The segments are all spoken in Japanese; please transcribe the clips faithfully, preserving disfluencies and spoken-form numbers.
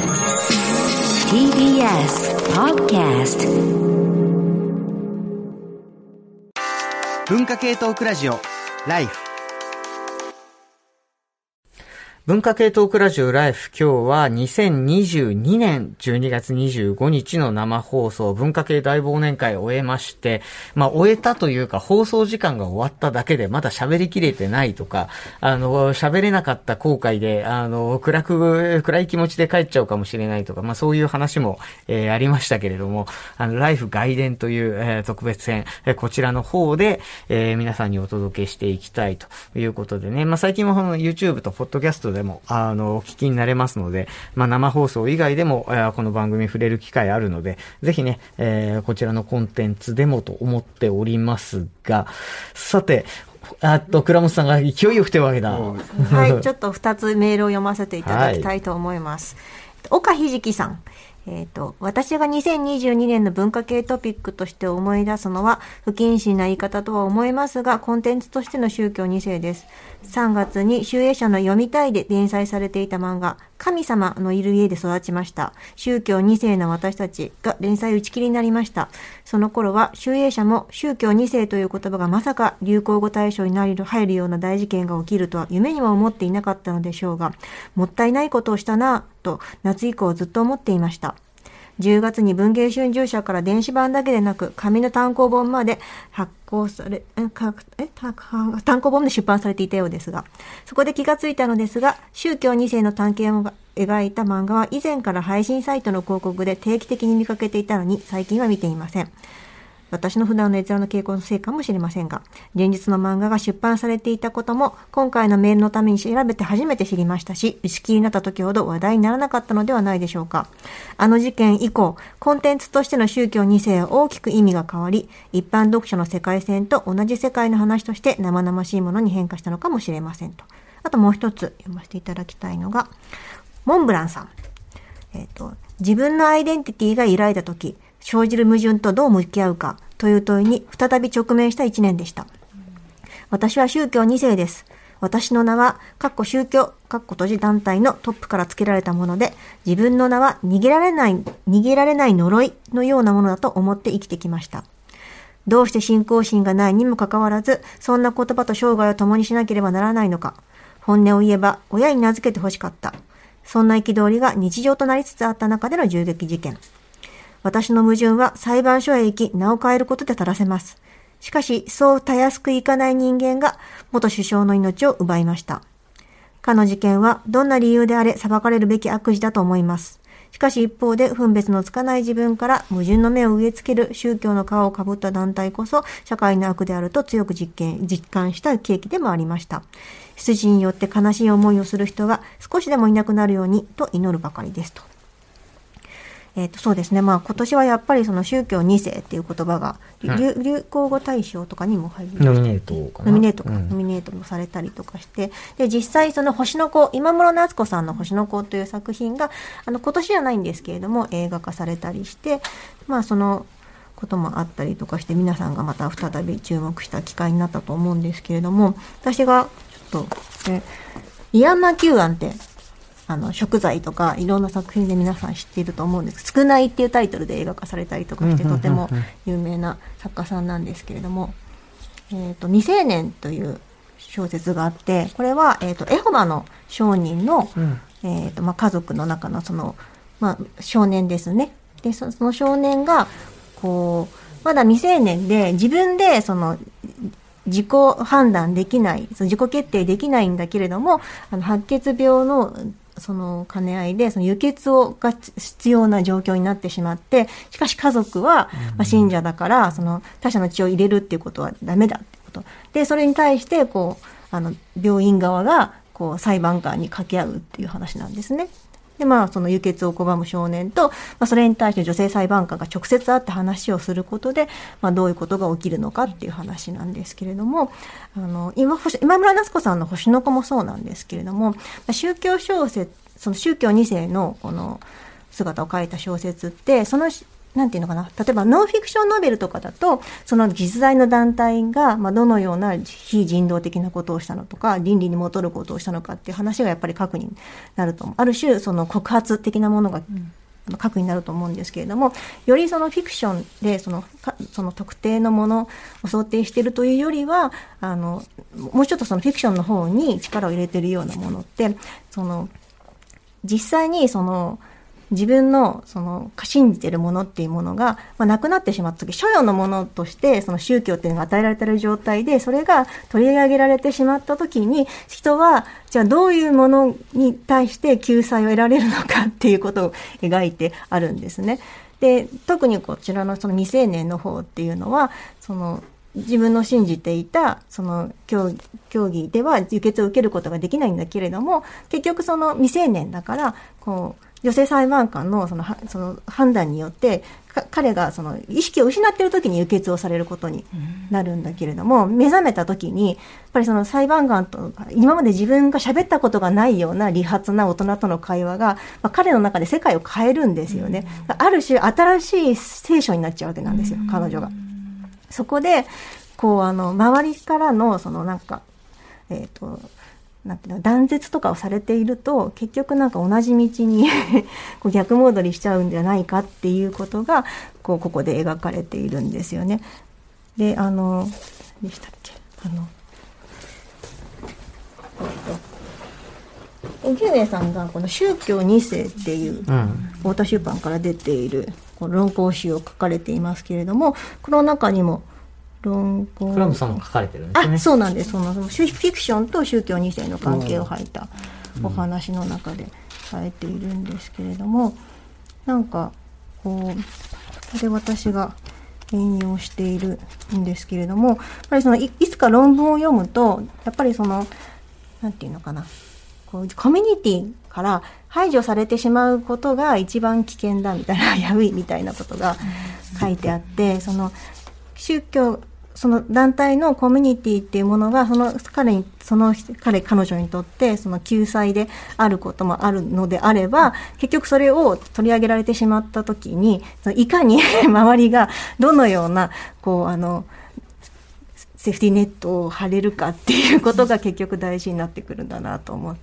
ティービーエス Podcast 文化系トークラジオライフ。文化系トークラジオライフ、今日はにせんにじゅうにねんじゅうにがつにじゅうごにちの生放送、文化系大忘年会を終えまして、まあ終えたというか放送時間が終わっただけでまだ喋りきれてないとか、あの喋れなかった後悔で、あの暗く暗い気持ちで帰っちゃうかもしれないとか、まあそういう話も、えー、ありましたけれども、あのライフ外伝という、えー、特別編、えー、こちらの方で、えー、皆さんにお届けしていきたいということでね、まあ最近はこの YouTube とポッドキャストででもあのお聞きになれますので、まあ、生放送以外でも、えー、この番組触れる機会あるので、ぜひね、えー、こちらのコンテンツでもと思っておりますが、さて、あと倉本さんが勢いよく手を挙げた。 はい、ちょっとふたつメールを読ませていただきたいと思います。はい、岡ひじきさん。えーと、私がにせんにじゅうにねんの文化系トピックとして思い出すのは不謹慎な言い方とは思いますが、コンテンツとしての宗教に世です。さんがつに集英社の読みたいで連載されていた漫画、神様のいる家で育ちました。宗教に世の私たちが連載打ち切りになりました。その頃は集英社も宗教に世という言葉がまさか流行語大賞になり入るような大事件が起きるとは夢にも思っていなかったのでしょうが、もったいないことをしたなぁと夏以降ずっと思っていました。じゅうがつに文藝春秋社から電子版だけでなく紙の単行本まで発行されえかえ単行本で出版されていたようですが、そこで気がついたのですが、宗教に世の探検を描いた漫画は以前から配信サイトの広告で定期的に見かけていたのに最近は見ていません。私の普段の閲覧の傾向のせいかもしれませんが、現実の漫画が出版されていたことも今回のメールのために調べて初めて知りましたし、打ち切りになった時ほど話題にならなかったのではないでしょうか。あの事件以降、コンテンツとしての宗教に世は大きく意味が変わり、一般読者の世界線と同じ世界の話として生々しいものに変化したのかもしれませんと。あともう一つ読ませていただきたいのが、モンブランさん。えっと、自分のアイデンティティが揺らいだ時、生じる矛盾とどう向き合うかという問いに再び直面した一年でした。私は宗教に世です。私の名は、かっこ宗教、かっこ閉じ団体のトップから付けられたもので、自分の名は逃げられない、逃げられない呪いのようなものだと思って生きてきました。どうして信仰心がないにもかかわらず、そんな言葉と生涯を共にしなければならないのか。本音を言えば、親に名付けてほしかった。そんな憤りが日常となりつつあった中での銃撃事件。私の矛盾は裁判所へ行き名を変えることで正せます。しかし、そうたやすくいかない人間が元首相の命を奪いました。かの事件はどんな理由であれ裁かれるべき悪事だと思います。しかし一方で分別のつかない自分から矛盾の目を植え付ける宗教の皮をかぶった団体こそ社会の悪であると強く実験、実感した契機でもありました。出自によって悲しい思いをする人が少しでもいなくなるようにと祈るばかりですと。えー、とそうですね、まあ、今年はやっぱりその宗教に世っていう言葉が、うん、流, 流行語大賞とかにも入りました。ノミネートかなノミネートか、うん、ノミネートもされたりとかして、で実際その星の子、今村夏子さんの星の子という作品があの今年じゃないんですけれども映画化されたりして、まあそのこともあったりとかして皆さんがまた再び注目した機会になったと思うんですけれども、私がちょっと、ね、イアン・マキューアンってあの食材とかいろんな作品で皆さん知っていると思うんです少ないっていうタイトルで映画化されたりとかしてとても有名な作家さんなんですけれども、えーと、未成年という小説があって、これは、えーと、エホバの証人の、うんえーとまあ、家族の中のその、まあ、少年ですね。で そ, その少年がこうまだ未成年で自分でその自己判断できないその自己決定できないんだけれども、あの白血病のその兼ね合いでその輸血をが必要な状況になってしまって、しかし家族はまあ信者だからその他者の血を入れるっていうことはダメだってことで、それに対してこうあの病院側がこう裁判官に掛け合うっていう話なんですね。でまあその輸血を拒む少年と、まあ、それに対して女性裁判官が直接会って話をすることで、まあ、どういうことが起きるのかっていう話なんですけれども、あの 今, 今村夏子さんの星の子もそうなんですけれども、宗教小説その宗教に世のこの姿を描いた小説ってそのなんていうのかな、例えばノンフィクションノベルとかだと、その実在の団体が、まあ、どのような非人道的なことをしたのとか、倫理に基ることをしたのかっていう話がやっぱり核になると思う。ある種、その告発的なものが、うん核になると思うんですけれども、よりそのフィクションでそのその特定のものを想定しているというよりは、あのもうちょっとそのフィクションの方に力を入れているようなものって、その実際にその自分のその信じているものっていうものが、まあ、なくなってしまったとき、所有のものとしてその宗教っていうのが与えられている状態で、それが取り上げられてしまったときに、人はじゃあどういうものに対して救済を得られるのかっていうことを描いてあるんですね。で、特にこちらのその未成年の方っていうのは、その自分の信じていたその競技、競技では輸血を受けることができないんだけれども、結局その未成年だからこう女性裁判官のそのその判断によって彼がその意識を失っている時に輸血をされることになるんだけれども、目覚めた時にやっぱりその裁判官と今まで自分が喋ったことがないような利発な大人との会話が、まあ、彼の中で世界を変えるんですよね。ある種新しい聖書になっちゃうわけなんですよ、彼女が。そこでこうあの周りからのそのなんかえっとなんていうの断絶とかをされていると、結局なんか同じ道にこう逆戻りしちゃうんじゃないかっていうことがこうここで描かれているんですよね。で、あのでしたっけあのえっと牛明さんがこの宗教に世っていう太田出版から出ているこの論考集を書かれていますけれども、この中にも論考クラムさんも書かれてるんですね。 あ、そうなんです。そのフィクションと宗教に世の関係を書いたお話の中で書いているんですけれども、なんかこうここで私が引用しているんですけれども、やっぱりその い, いつか論文を読むと、やっぱりそのなんていうのかな、こうコミュニティから排除されてしまうことが一番危険だみたいな、やぶいみたいなことが書いてあって、その宗教その団体のコミュニティっていうものがその彼にその彼彼女にとってその救済であることもあるのであれば、結局それを取り上げられてしまったときに、そのいかに周りがどのようなこうあのセーフティーネットを張れるかっていうことが結局大事になってくるんだなと思って、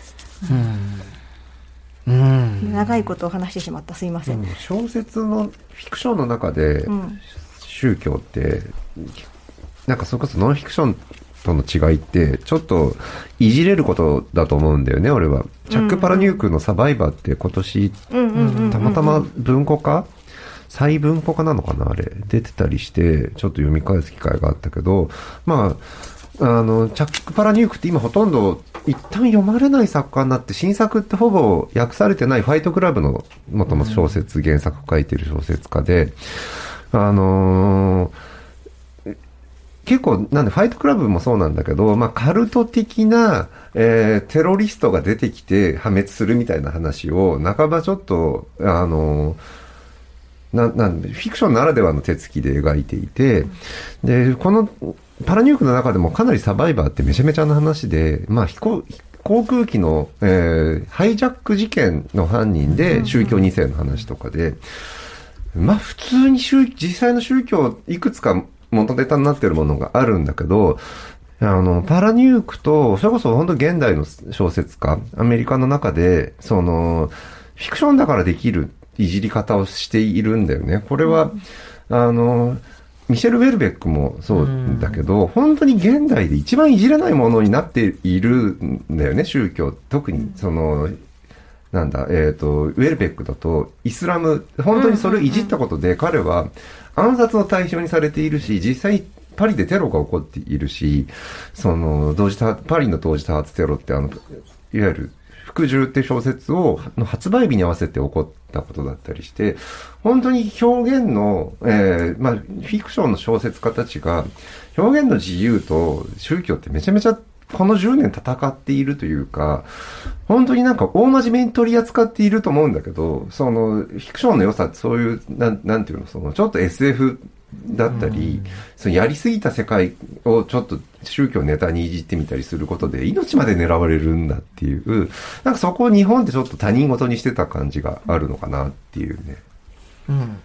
うんうん、長いことを話してしまった、すいません。 うん、小説のフィクションの中で、うん、宗教ってなんかそれこそノンフィクションとの違いってちょっといじれることだと思うんだよね、俺は。チャック・パラニュークのサバイバーって今年たまたま文庫化再文庫化なのかな、あれ出てたりしてちょっと読み返す機会があったけど、まああのチャック・パラニュークって今ほとんど一旦読まれない作家になって、新作ってほぼ訳されてないファイトクラブのもともと小説原作書いてる小説家で、あのー、結構なんでファイトクラブもそうなんだけど、まあカルト的な、えー、テロリストが出てきて破滅するみたいな話を半ばちょっとあのー、ななんでフィクションならではの手つきで描いていて、でこのパラニュークの中でもかなりサバイバーってめちゃめちゃな話で、まあ飛行航空機の、えー、ハイジャック事件の犯人で宗教に世の話とかで、まあ普通に宗実際の宗教いくつか元ネタになっているものがあるんだけど、あのパラニュークとそれこそ本当現代の小説家アメリカの中でそのフィクションだからできるいじり方をしているんだよね。これは、うん、あのミシェル・ウェルベックもそうだけど、うん、本当に現代で一番いじれないものになっているんだよね、宗教。特にそのなんだ、えっと、ウェルベックだと、イスラム、本当にそれをいじったことで、彼は暗殺の対象にされているし、実際パリでテロが起こっているし、その、同時多、パリの同時多発テロって、あの、いわゆる、服従って小説を、の発売日に合わせて起こったことだったりして、本当に表現の、えー、まあ、フィクションの小説家たちが、表現の自由と宗教ってめちゃめちゃこのじゅうねん戦っているというか、本当になんか大真面目に取り扱っていると思うんだけど、そのフィクションの良さってそういう、なん、なんていうの、そのちょっと エスエフ だったり、うん、そのやりすぎた世界をちょっと宗教ネタにいじってみたりすることで命まで狙われるんだっていう、なんかそこを日本ってちょっと他人事にしてた感じがあるのかなっていうね。 うん。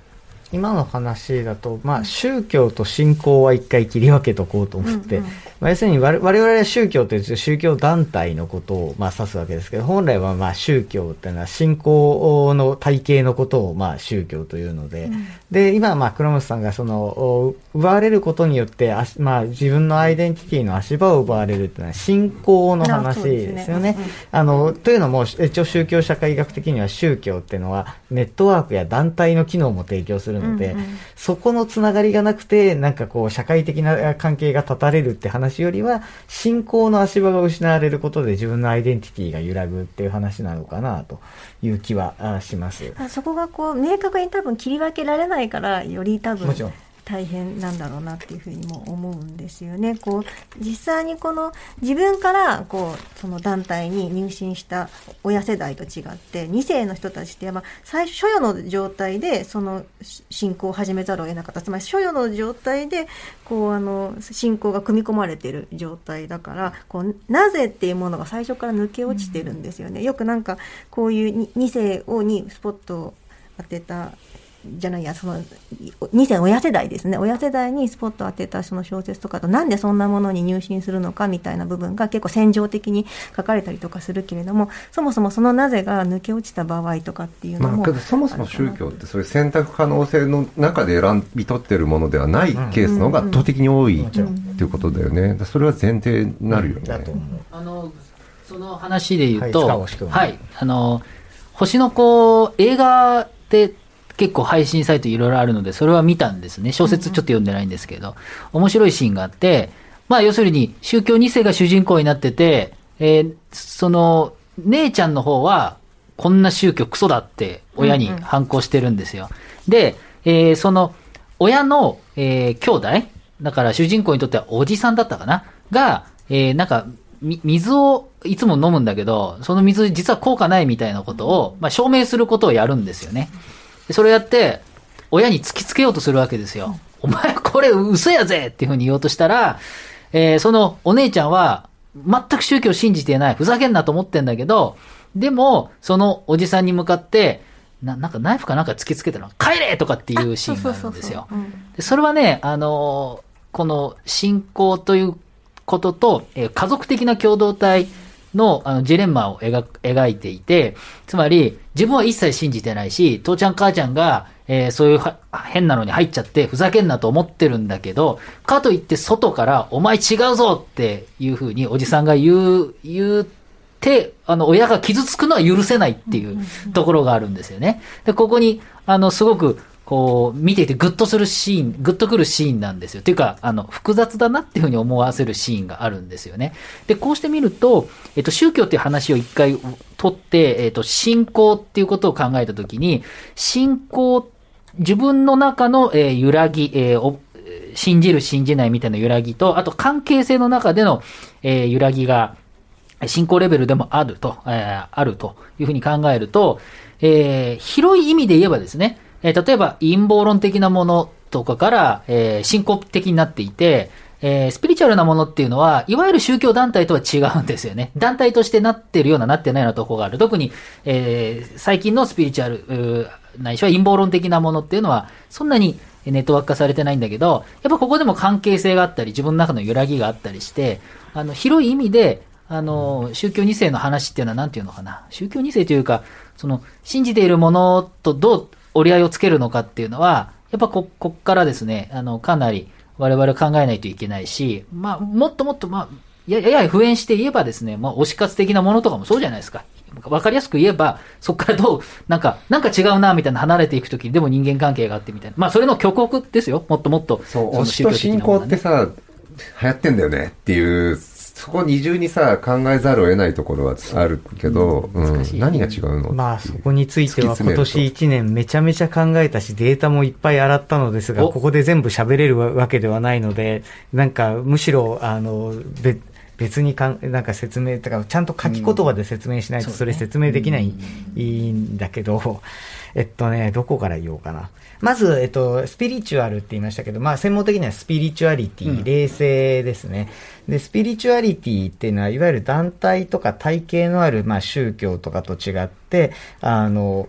今の話だと、まあ、宗教と信仰は一回切り分けとこうと思って、うんうん、まあ、要するに我々は宗教という宗教団体のことをまあ指すわけですけど、本来はまあ宗教っていうのは信仰の体系のことをまあ宗教というので、うん、で今まあ倉本さんがその奪われることによって、まあ、自分のアイデンティティの足場を奪われるというのは信仰の話ですよね。ね、うん、あのというのも一応宗教社会学的には宗教っていうのはネットワークや団体の機能も提供するので、うんうん、そこのつながりがなくてなんかこう社会的な関係が断たれるって話よりは、信仰の足場が失われることで自分のアイデンティティが揺らぐっていう話なのかなという気はします。 そこがこう明確に多分切り分けられないから、より多分大変なんだろうなっていうふうにも思うんですよね。こう実際にこの自分からこうその団体に入信した親世代と違って、に世の人たちってまあ最初所与の状態でその信仰を始めざるを得なかった。つまり所与の状態でこうあの信仰が組み込まれている状態だから、こうなぜっていうものが最初から抜け落ちてるんですよね。よくなんかこういうに世をにスポットを当てたじゃないや、そのに世親世代ですね、親世代にスポットを当てたその小説とかと、なんでそんなものに入信するのかみたいな部分が結構戦場的に書かれたりとかするけれども、そもそもそのなぜが抜け落ちた場合とかっていうのも、 まあ、けどそもそも宗教ってそういう選択可能性の中で選び取っているものではないケースの方が圧倒的に多いっていうことだよね。それは前提になるよね。 あのその話で言うと、 はい、 はい、あの星の子映画で結構配信サイトいろいろあるので、それは見たんですね。小説ちょっと読んでないんですけど、うん、面白いシーンがあって、まあ要するに宗教に世が主人公になってて、えー、その姉ちゃんの方はこんな宗教クソだって親に反抗してるんですよ。うんうん、で、えー、その親の、えー、兄弟だから主人公にとってはおじさんだったかなが、えー、なんか水をいつも飲むんだけど、その水実は効果ないみたいなことを、まあ、証明することをやるんですよね。それやって親に突きつけようとするわけですよ。お前これ嘘やぜっていうふうに言おうとしたら、えー、そのお姉ちゃんは全く宗教を信じてない、ふざけんなと思ってんだけど、でもそのおじさんに向かってな, なんかナイフかなんか突きつけたの、帰れとかっていうシーンがあるんですよ。それはね、あのー、この信仰ということと、えー、家族的な共同体の, あのジレンマを 描, 描いていて、つまり自分は一切信じてないし、父ちゃん母ちゃんが、えー、そういう変なのに入っちゃってふざけんなと思ってるんだけど、かといって外からお前違うぞっていうふうにおじさんが言う言ってあの親が傷つくのは許せないっていうところがあるんですよね。でここにあのすごくこう見ていてグッとするシーン、グッとくるシーンなんですよ。というかあの複雑だなっていうふうに思わせるシーンがあるんですよね。でこうしてみると、えっと宗教っていう話を一回取って、えっと信仰っていうことを考えたときに、信仰自分の中の、えー、揺らぎ、えーお、信じる信じないみたいな揺らぎと、あと関係性の中での、えー、揺らぎが信仰レベルでもあると、えー、あるというふうに考えると、えー、広い意味で言えばですね、えー、例えば陰謀論的なものとかから、えー、信仰的になっていて、えー、スピリチュアルなものっていうのは、いわゆる宗教団体とは違うんですよね。団体としてなってるような、なってないようなところがある。特に、えー、最近のスピリチュアル、ないしは陰謀論的なものっていうのは、そんなにネットワーク化されてないんだけど、やっぱここでも関係性があったり、自分の中の揺らぎがあったりして、あの、広い意味で、あの、宗教に世の話っていうのはなんていうのかな。宗教に世というか、その、信じているものとどう折り合いをつけるのかっていうのは、やっぱこ、こっからですね、あの、かなり我々考えないといけないし、まあ、もっともっと、まあ、やや普遍して言えばですね、まあ、推し活的なものとかもそうじゃないですか。わかりやすく言えば、そこからどう、なんか、なんか違うな、みたいな離れていくときに、でも人間関係があってみたいな。まあ、それの極北ですよ。もっともっと。 そう、推しと信仰ってさ、流行ってんだよねっていう、そこ二重にさ、考えざるを得ないところはあるけど、うんうん、何が違うの？ まあ、そこについては今年いちねんめちゃめちゃ考えたし、データもいっぱい洗ったのですが、ここで全部喋れるわけではないので、なんか、むしろ、あの、別、別にかんなんか説明とかちゃんと書き言葉で説明しないとそれ説明できない、うん、いいんだけど、えっとねどこから言おうかな。まず、えっと、スピリチュアルって言いましたけど、まあ専門的にはスピリチュアリティ、うん、霊性ですね。でスピリチュアリティっていうのはいわゆる団体とか体系のある、まあ、宗教とかと違って、あの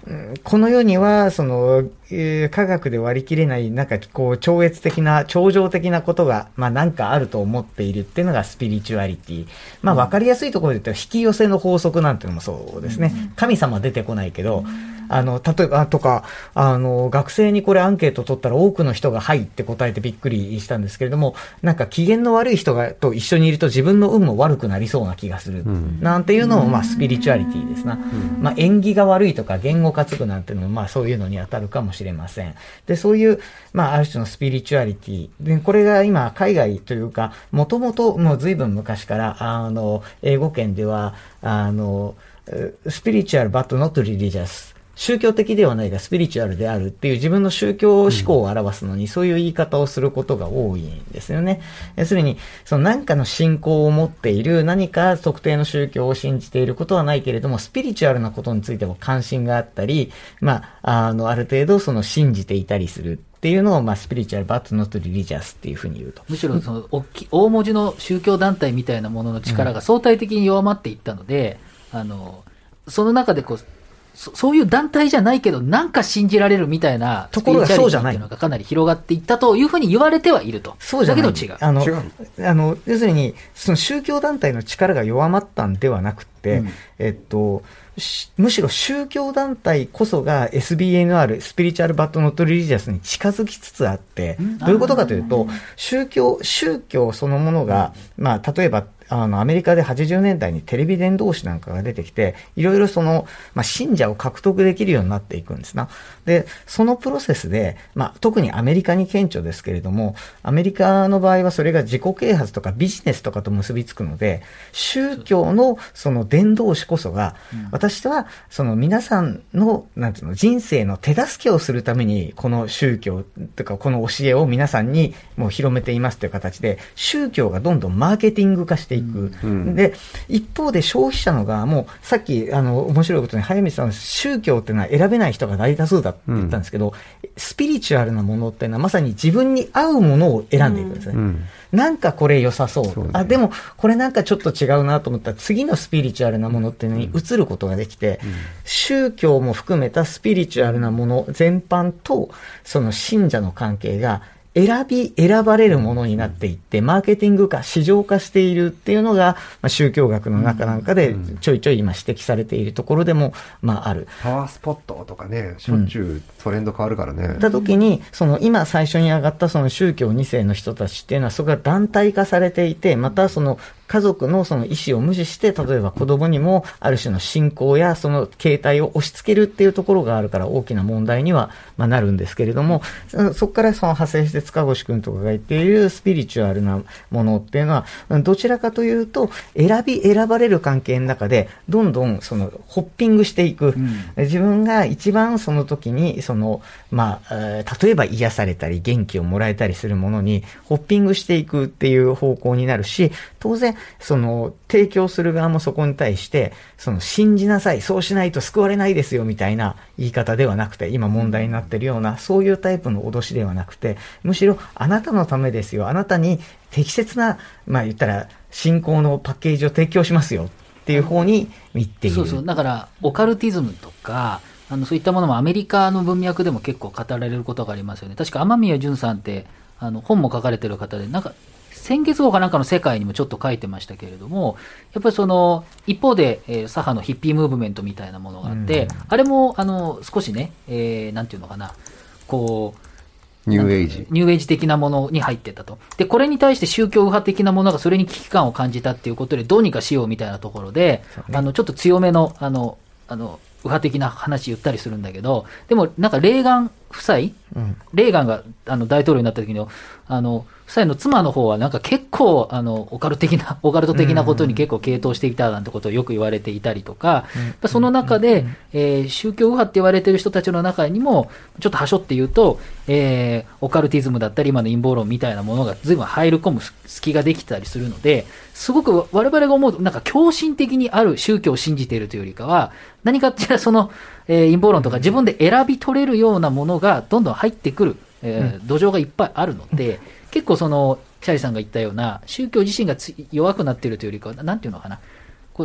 この世には、その、えー、科学で割り切れない、なんかこう、超越的な、超常的なことが、まあなんかあると思っているっていうのがスピリチュアリティ。まあわかりやすいところで言ったら、引き寄せの法則なんていうのもそうですね。神様出てこないけど、あの、例えば、とか、あの、学生にこれアンケート取ったら多くの人がはいって答えてびっくりしたんですけれども、なんか機嫌の悪い人がと一緒にいると自分の運も悪くなりそうな気がする。うん、なんていうのも、まあスピリチュアリティですな。うん、まあ縁起が悪いとか言語担ぐなんていうのも、まあそういうのに当たるかもしれません。で、そういう、まあある種のスピリチュアリティ。で、これが今海外というか、もともともう随分昔から、あの、英語圏では、あの、スピリチュアル but not religious。宗教的ではないがスピリチュアルであるっていう自分の宗教思考を表すのにそういう言い方をすることが多いんですよね。要するに、その何かの信仰を持っている、何か特定の宗教を信じていることはないけれども、スピリチュアルなことについても関心があったり、まあ、あの、ある程度その信じていたりする。っていうのを、まあ、スピリチュアル、バットノットリリジャスっていうふうに言うと。 むしろ、その、大きい、大文字の宗教団体みたいなものの力が相対的に弱まっていったので、うん、あの、その中でこう、そ, そういう団体じゃないけど、なんか信じられるみたいなところがそうじゃないスピリチュアリティっていうのがかなり広がっていったというふうに言われてはいると。 そうじゃない。 だけど違う。 あの、 違うあの要するに、その宗教団体の力が弱まったんではなくて、うん、えっと、むしろ宗教団体こそが エスビーエヌアール、スピリチュアルバットノットリリジャスに近づきつつあって、どういうことかというと、宗教、宗教そのものが、まあ、例えば、あの、アメリカではちじゅうねんだいにテレビ伝道師なんかが出てきて、いろいろその、まあ、信者を獲得できるようになっていくんですな。で、そのプロセスで、まあ、特にアメリカに顕著ですけれども、アメリカの場合はそれが自己啓発とかビジネスとかと結びつくので、宗教のその伝道師こそが、うん、私はその皆さんの、なんていうの、人生の手助けをするために、この宗教とかこの教えを皆さんにもう広めていますという形で、宗教がどんどんマーケティング化していく。うんうん、で一方で消費者の側もさっきあの面白いことに早水さん宗教っていうのは選べない人が大多数だって言ったんですけど、うん、スピリチュアルなものっていうのはまさに自分に合うものを選んでいくんですね、うん、なんかこれ良さそう、そうね、あでもこれなんかちょっと違うなと思ったら次のスピリチュアルなものっていうのに移ることができて、うん、宗教も含めたスピリチュアルなもの全般とその信者の関係が選び、選ばれるものになっていって、マーケティング化、市場化しているっていうのが、まあ、宗教学の中なんかでちょいちょい今指摘されているところでも、まあある。 パワースポットとかね、しょっちゅうトレンド変わるからね。 た時に、その今最初に上がったその宗教に世の人たちっていうのは、そこが団体化されていて、またその家族のその意思を無視して、例えば子供にもある種の信仰やその形態を押し付けるっていうところがあるから大きな問題にはまあなるんですけれども、そこからその派生して塚越くんとかが言っているスピリチュアルなものっていうのは、どちらかというと選び選ばれる関係の中でどんどんそのホッピングしていく、うん、自分が一番その時にそのまあ例えば癒されたり元気をもらえたりするものにホッピングしていくっていう方向になるし、当然その提供する側もそこに対してその信じなさい、そうしないと救われないですよみたいな言い方ではなくて、今問題になっているようなそういうタイプの脅しではなくて、むしろあなたのためですよ、あなたに適切なまあ言ったら信仰のパッケージを提供しますよっていう方に見ている。 そうそう、だからオカルティズムとかあのそういったものもアメリカの文脈でも結構語られることがありますよね。確か雨宮純さんってあの本も書かれてる方で、なんか先月号かなんかの世界にもちょっと書いてましたけれども、やっぱりその一方で、えー、左派のヒッピームーブメントみたいなものがあって、うん、あれもあの少しね、えー、なんていうのかな、こうニューエイジニューエイジ的なものに入ってたと。でこれに対して宗教右派的なものがそれに危機感を感じたっていうことでどうにかしようみたいなところで、ね、あのちょっと強めのあのあの右派的な話言ったりするんだけど、でもなんかレーガン夫妻、うん、レーガンがあの大統領になった時のあの夫妻の妻の方はなんか結構あのオカルト的なオカルト的なことに結構傾倒していたなんてことをよく言われていたりとか、うん、その中で、えー、宗教右派って言われている人たちの中にもちょっとはしょって言うと、えー、オカルティズムだったり今の陰謀論みたいなものが随分入り込む隙ができたりするので、すごく我々が思うなんか狂信的にある宗教を信じているというよりかは、何かっていうその、えー、陰謀論とか自分で選び取れるようなものがどんどん入ってくる、えー、土壌がいっぱいあるので、結構そのシャリさんが言ったような宗教自身がつ弱くなっているというよりかは、なんていうのかな、こう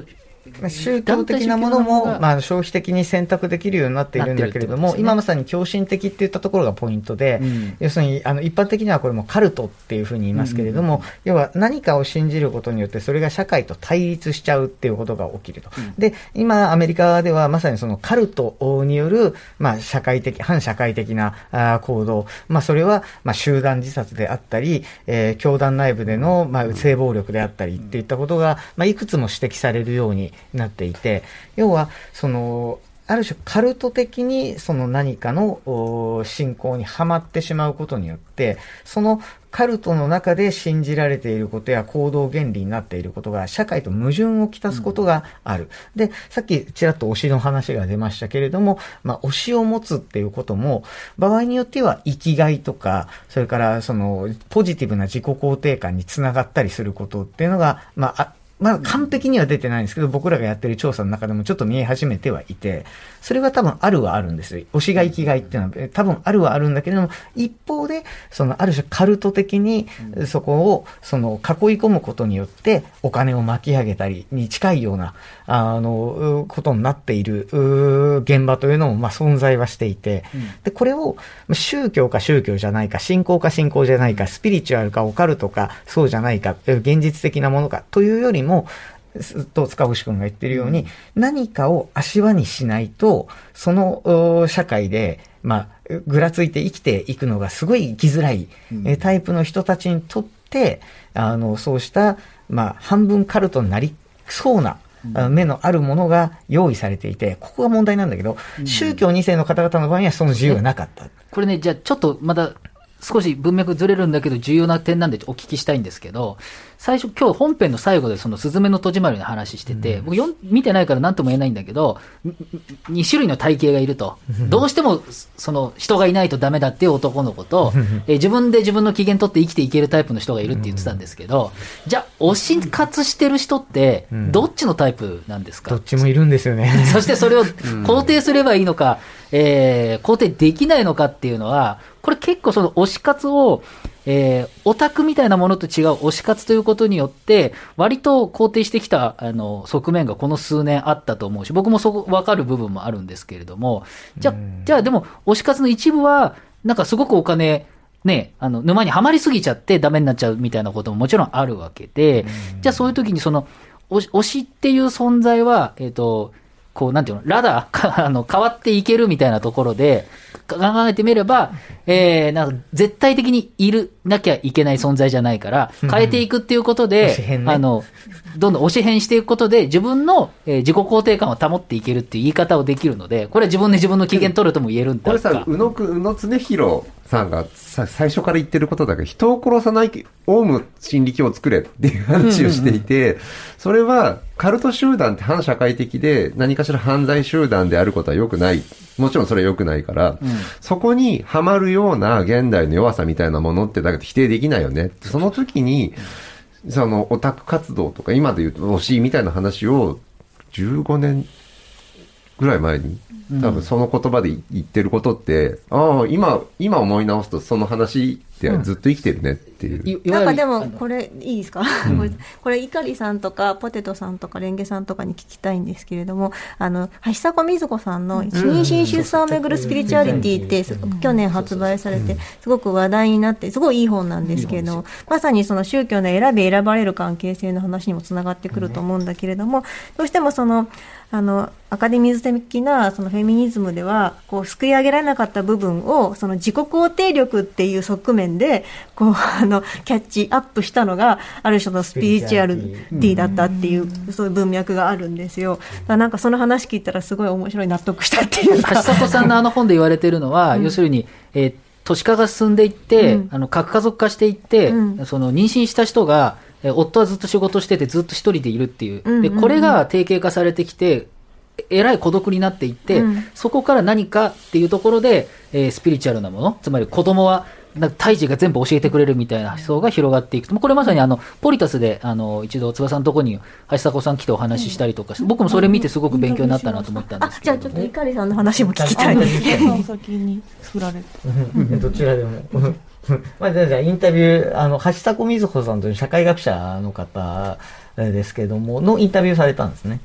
宗教的なものも、まあ、消費的に選択できるようになっているんだけれども、ね、今まさに狂信的っていったところがポイントで、うん、要するにあの一般的にはこれもカルトっていうふうに言いますけれども、うん、要は何かを信じることによってそれが社会と対立しちゃうっていうことが起きると、うん、で今アメリカではまさにそのカルトによる、まあ、社会的反社会的なあ行動、まあ、それは、まあ、集団自殺であったり、えー、教団内部での、まあ、性暴力であったりっていったことが、まあ、いくつも指摘されるようになっていて、要はそのある種カルト的にその何かの信仰にはまってしまうことによってそのカルトの中で信じられていることや行動原理になっていることが社会と矛盾をきたすことがある、うん、でさっきちらっと推しの話が出ましたけれども、まあ、推しを持つっていうことも場合によっては生きがいとかそれからそのポジティブな自己肯定感につながったりすることっていうのがまあまあ完璧には出てないんですけど僕らがやってる調査の中でもちょっと見え始めてはいてそれは多分あるはあるんですよ。推しが生きがいっていうのは多分あるはあるんだけれども一方でそのある種カルト的にそこをその囲い込むことによってお金を巻き上げたりに近いようなあのことになっている現場というのもまあ存在はしていてでこれを宗教か宗教じゃないか信仰か信仰じゃないかスピリチュアルかオカルトかそうじゃないか現実的なものかというよりもと塚越君が言っているように、うん、何かを足場にしないとその社会で、まあ、ぐらついて生きていくのがすごい生きづらい、うん、タイプの人たちにとってあのそうした、まあ、半分カルトになりそうな目のあるものが用意されていてここが問題なんだけど、うん、宗教に世の方々の場合にはその自由がなかった。 これねじゃあちょっとまだ少し文脈ずれるんだけど重要な点なんでお聞きしたいんですけど最初今日本編の最後でそのすずめの戸締まりの話してて、うん、僕よん見てないから何とも言えないんだけどに種類の体型がいるとどうしてもその人がいないとダメだっていう男の子とえ自分で自分の機嫌取って生きていけるタイプの人がいるって言ってたんですけどじゃあ推し活してる人ってどっちのタイプなんですか、 どっちもいるんですよねそしてそれを肯定すればいいのか、えー、肯定できないのかっていうのはこれ結構その推し活をえー、オタクみたいなものと違う推し活ということによって割と肯定してきたあの側面がこの数年あったと思うし僕もそこ分かる部分もあるんですけれどもじゃあじゃあでも推し活の一部はなんかすごくお金ね、あの沼にはまりすぎちゃってダメになっちゃうみたいなことももちろんあるわけでじゃあそういう時にその推し、推しっていう存在はえっとこうなんていうのラダーあの変わっていけるみたいなところで考えてみれば、えー、なんか絶対的にいるなきゃいけない存在じゃないから変えていくっていうことで、うんね、あのどんどん推し変していくことで自分の、えー、自己肯定感を保っていけるっていう言い方をできるのでこれは自分で自分の機嫌取るとも言えるんだか、 これさ宇野く宇野恒弘さんがさ最初から言ってることだけど人を殺さないオウム真理教を作れっていう話をしていて、うんうんうん、それはカルト集団って反社会的で何かしら犯罪集団であることは良くない。もちろんそれは良くないから、うん、そこにはまるような現代の弱さみたいなものってだけど否定できないよね。その時に、そのオタク活動とか今で言うと推しみたいな話をじゅうごねんぐらい前に多分その言葉で言ってることって、うん、ああ、今、今思い直すとその話ってずっと生きてるねっていう。 うん、なんかでもこれいいですか、うん、これ、いかりさんとかポテトさんとかレンゲさんとかに聞きたいんですけれども、あの、橋迫瑞子さんの妊娠出産をめぐるスピリチュアリティって去年発売されてすごく話題になってすごいいい本なんですけれども、まさにその宗教の選び選ばれる関係性の話にもつながってくると思うんだけれども、どうしてもそのあのアカデミズ的なそのフェミニズムではこうすくい上げられなかった部分をその自己肯定力っていう側面でこうあのキャッチアップしたのがある種のスピリチュアリティだったっていう、うん、そういう文脈があるんですよ。だからなんかその話聞いたらすごい面白い、納得したっていうか。 橋迫さんのあの本で言われてるのは、うん、要するに、えー、都市化が進んでいって、うん、あの核家族化していって、うん、その妊娠した人が夫はずっと仕事しててずっと一人でいるっていう、うんうんうん、でこれが定型化されてきてえらい孤独になっていって、うん、そこから何かっていうところで、えー、スピリチュアルなもの、つまり子供はなんか胎児が全部教えてくれるみたいな思想が広がっていく。これまさにあのポリタスであの一度翼のところに橋迫さん来てお話ししたりとかして、僕もそれ見てすごく勉強になったなと思ったんですけど。 あ、じゃあちょっといかりさんの話も聞きたいですね。 先に振られてどちらでもまあ、じゃあインタビュー、あの橋迫瑞穂さんという社会学者の方ですけどものインタビューされたんですね。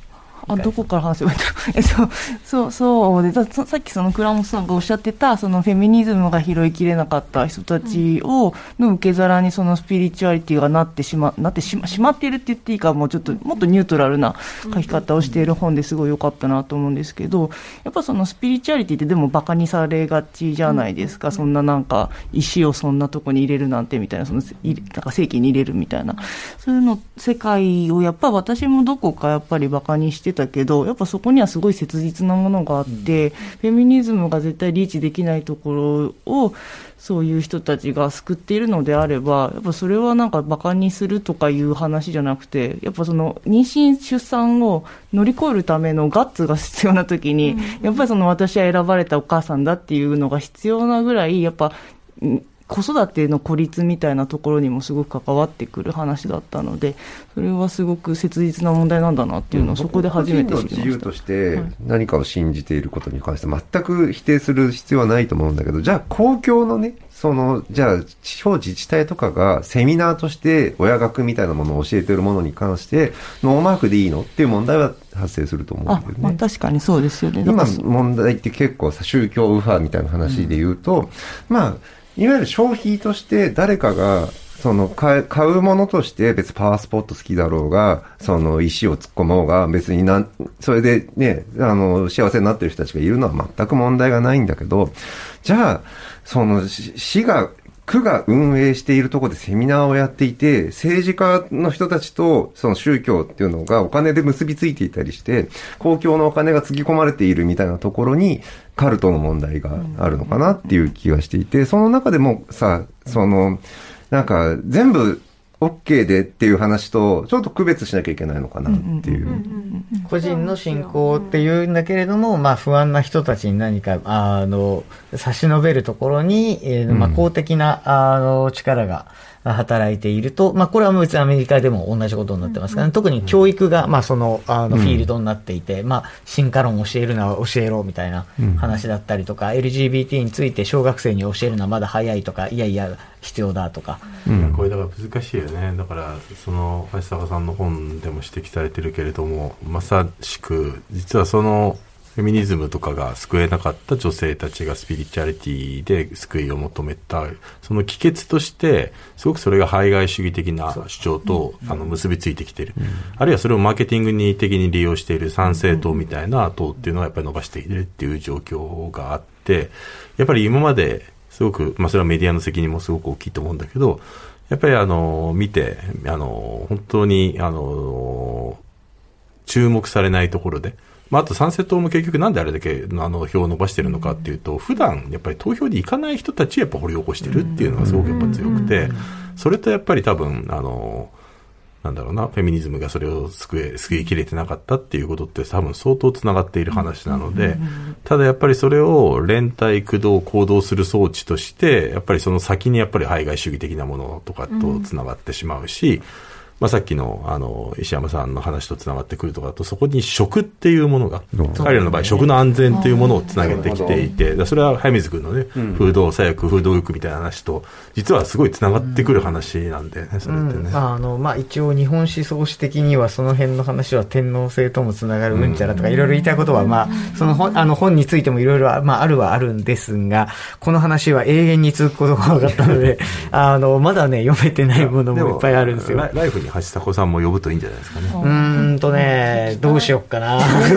あ、どこから話せばいいんだろう。え、そう、そう、そうで、さっきその倉本さんがおっしゃってた、そのフェミニズムが拾いきれなかった人たちを、の受け皿にそのスピリチュアリティがなってしま、なってしま、しまっているって言っていいか、もうちょっと、もっとニュートラルな書き方をしている本ですごい良かったなと思うんですけど、やっぱそのスピリチュアリティってでもバカにされがちじゃないですか。そんななんか、石をそんなとこに入れるなんてみたいな、その、なんか正規に入れるみたいな、そういうの、世界をやっぱ私もどこかやっぱりバカにしてたけど、やっぱそこにはすごい切実なものがあって、うん、フェミニズムが絶対リーチできないところをそういう人たちが救っているのであれば、やっぱそれはなんかバカにするとかいう話じゃなくて、やっぱその妊娠出産を乗り越えるためのガッツが必要な時に、うん、やっぱりその私は選ばれたお母さんだっていうのが必要なぐらい、やっぱ子育ての孤立みたいなところにもすごく関わってくる話だったので、それはすごく切実な問題なんだなっていうのをそこで初めて知りました。 個人の自由として何かを信じていることに関して全く否定する必要はないと思うんだけど、じゃあ公共のね、そのじゃあ地方自治体とかがセミナーとして親学みたいなものを教えているものに関してノーマークでいいのっていう問題は発生すると思うんだけどね。 あ、まあ、確かにそうですよね。 今問題って結構さ、宗教右派みたいな話で言うと、うん、まあいわゆる消費として誰かがその買うものとして別にパワースポット好きだろうが、その石を突っ込もうが別になん、それでね、あの幸せになってる人たちがいるのは全く問題がないんだけど、じゃあその市が区が運営しているところでセミナーをやっていて、政治家の人たちとその宗教っていうのがお金で結びついていたりして、公共のお金がつぎ込まれているみたいなところにカルトの問題があるのかなっていう気がしていて、その中でもさ、そのなんか全部 OK でっていう話とちょっと区別しなきゃいけないのかなっていう。 個人の信仰っていうんだけれども、まあ不安な人たちに何かあの差し伸べるところに、えーまあ、公的なあの力が働いていると、まあこれは別にアメリカでも同じことになってますからね。特に教育がまあそのあのフィールドになっていて、まあ進化論を教えるのは教えろみたいな話だったりとか、エルジービーティー について小学生に教えるのはまだ早いとか、いやいや必要だとか、 うん、これだから難しいよね。だからその橋坂さんの本でも指摘されてるけれども、まさしく実はそのフェミニズムとかが救えなかった女性たちがスピリチュアリティで救いを求めた、その帰結としてすごくそれが排外主義的な主張と、うん、あの結びついてきている、うん、あるいはそれをマーケティングに的に利用している参政党みたいな党っていうのはやっぱり伸ばしているっていう状況があって、やっぱり今まですごく、まあ、それはメディアの責任もすごく大きいと思うんだけど、やっぱりあの見てあの本当にあの注目されないところで、まあ、あと参政党も結局なんであれだけあの票を伸ばしてるのかっていうと、普段やっぱり投票に行かない人たちをやっぱ掘り起こしてるっていうのがすごくやっぱ強くて、それとやっぱり多分あのなんだろうな、フェミニズムがそれを救え救いきれてなかったっていうことって多分相当つながっている話なので、ただやっぱりそれを連帯駆動行動する装置としてやっぱりその先にやっぱり排外主義的なものとかとつながってしまうし、まあ、さっき の, あの石山さんの話とつながってくるとかだと、そこに食っていうものが、彼らの場合食の安全というものをつなげてきていて、それは早水君のね、うん、風土左翼風土欲みたいな話と実はすごいつながってくる話なんでね、うん、それってね、 うん、あのまあ、一応日本思想史的にはその辺の話は天皇制ともつながるうんちゃらとかいろいろ言いたいことは、まあ、その 本, あの本についてもいろいろあるはあるんですが、この話は永遠に続くことが分かったのであのまだね読めてないものもいっぱいあるんですよ。 ラ, ライフに橋迫さんも呼ぶといいんじゃないですかね。 うーんとね、どうしよっかな。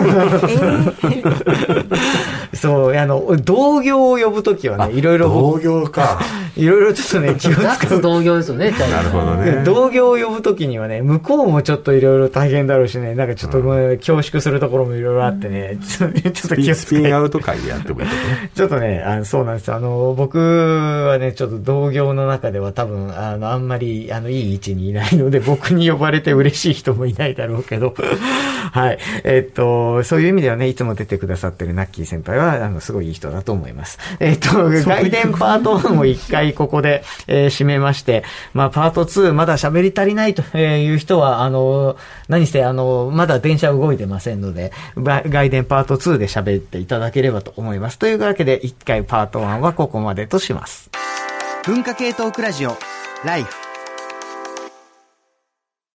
そう、あの同業を呼ぶときはね、いろいろ同業か、 いろいろちょっとね気を使う。 同業ですよね。 なるほどね。 同業を呼ぶときにはね、向こうもちょっといろいろ大変だろうしね、なんかちょっと、うん、恐縮するところもいろいろあってね、ちょっと気を使う。 スピンアウト会でやってもいいとね。 ちょっとね、あのそうなんです。あの僕はね、ちょっと同業の中では多分あのあんまりあのいい位置にいないので、僕に呼ばれて嬉しい人もいないだろうけどはい、えー、っとそういう意味ではね、いつも出てくださってるナッキー先輩はあのすごいいい人だと思います。えー、っと外伝パートワンを一回ここで、えー、締めまして、まあパートツーまだ喋り足りないという人はあの何せあのまだ電車動いてませんので、外伝パートツーで喋っていただければと思います。というわけで一回パートワンはここまでとします。 文化系トークラジオライフ